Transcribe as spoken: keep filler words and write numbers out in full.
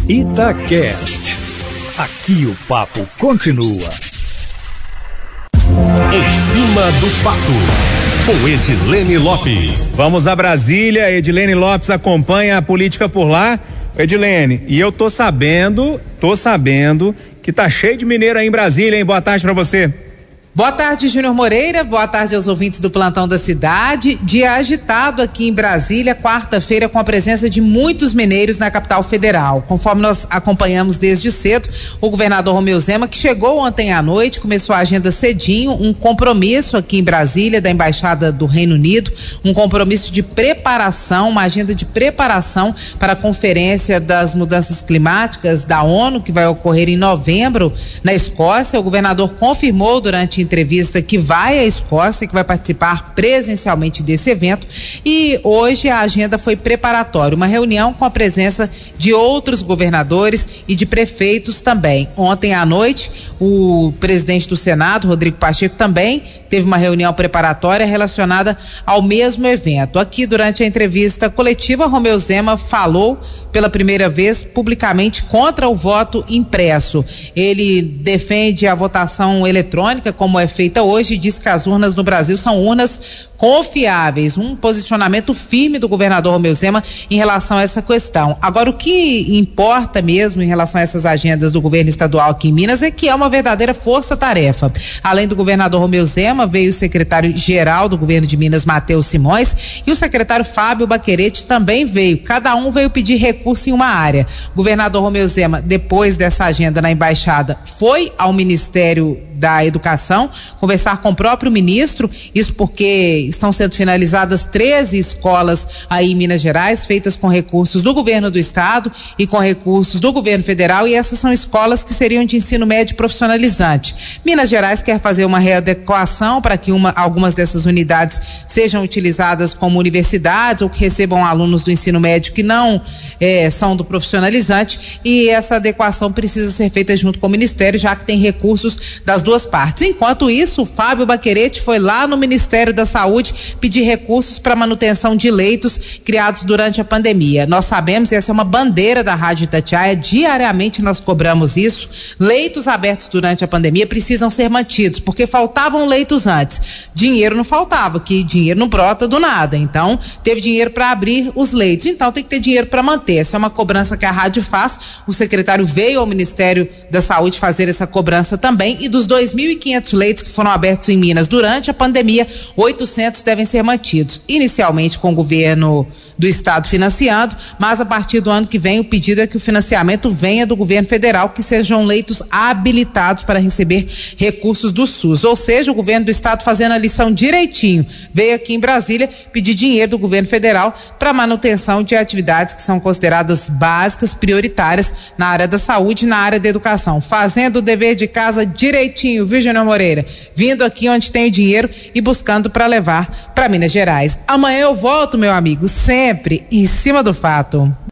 Itacast. Aqui o papo continua. Em cima do papo, com Edilene Lopes. Vamos a Brasília. Edilene Lopes acompanha a política por lá. Edilene, e eu tô sabendo, tô sabendo que tá cheio de mineiro aí em Brasília, hein? Boa tarde pra você. Boa tarde, Júnior Moreira. Boa tarde aos ouvintes do Plantão da Cidade. Dia agitado aqui em Brasília, quarta-feira, com a presença de muitos mineiros na capital federal. Conforme nós acompanhamos desde cedo, o governador Romeu Zema, que chegou ontem à noite, começou a agenda cedinho, um compromisso aqui em Brasília da Embaixada do Reino Unido, um compromisso de preparação, uma agenda de preparação para a Conferência das Mudanças Climáticas da ONU, que vai ocorrer em novembro na Escócia. O governador confirmou durante entrevista que vai à Escócia, que vai participar presencialmente desse evento, e hoje a agenda foi preparatória, uma reunião com a presença de outros governadores e de prefeitos também. Ontem à noite, o presidente do Senado, Rodrigo Pacheco, também teve uma reunião preparatória relacionada ao mesmo evento. Aqui, durante a entrevista coletiva, Romeu Zema falou pela primeira vez publicamente contra o voto impresso. Ele defende a votação eletrônica, como é feita hoje, e diz que as urnas no Brasil são urnas confiáveis, um posicionamento firme do governador Romeu Zema em relação a essa questão. Agora, o que importa mesmo em relação a essas agendas do governo estadual aqui em Minas é que é uma verdadeira força-tarefa. Além do governador Romeu Zema, veio o secretário-geral do governo de Minas, Matheus Simões, e o secretário Fábio Baquerete também veio. Cada um veio pedir recurso em uma área. O governador Romeu Zema, depois dessa agenda na embaixada, foi ao Ministério da Educação conversar com o próprio ministro, isso porque estão sendo finalizadas treze escolas aí em Minas Gerais, feitas com recursos do governo do estado e com recursos do governo federal, e essas são escolas que seriam de ensino médio profissionalizante. Minas Gerais quer fazer uma readequação para que uma, algumas dessas unidades sejam utilizadas como universidades ou que recebam alunos do ensino médio que não eh, são do profissionalizante, e essa adequação precisa ser feita junto com o Ministério, já que tem recursos das duas partes. Enquanto isso, o Fábio Baquerete foi lá no Ministério da Saúde pedir recursos para manutenção de leitos criados durante a pandemia. Nós sabemos, e essa é uma bandeira da Rádio Itatiaia, diariamente nós cobramos isso, leitos abertos durante a pandemia precisam ser mantidos, porque faltavam leitos antes. Dinheiro não faltava, que dinheiro não brota do nada, então teve dinheiro para abrir os leitos, então tem que ter dinheiro para manter. Essa é uma cobrança que a rádio faz, o secretário veio ao Ministério da Saúde fazer essa cobrança também, e dos dois mil e quinhentos leitos que foram abertos em Minas durante a pandemia, oitocentos devem ser mantidos, inicialmente com o governo do estado financiando, mas a partir do ano que vem o pedido é que o financiamento venha do governo federal, que sejam leitos habilitados para receber recursos do SUS, ou seja, o governo do estado fazendo a lição direitinho, veio aqui em Brasília pedir dinheiro do governo federal para manutenção de atividades que são consideradas básicas, prioritárias na área da saúde e na área da educação, fazendo o dever de casa direitinho, viu, Júnior Moreira? Vindo aqui onde tem o dinheiro e buscando para levar para Minas Gerais. Amanhã eu volto, meu amigo, sempre em cima do fato.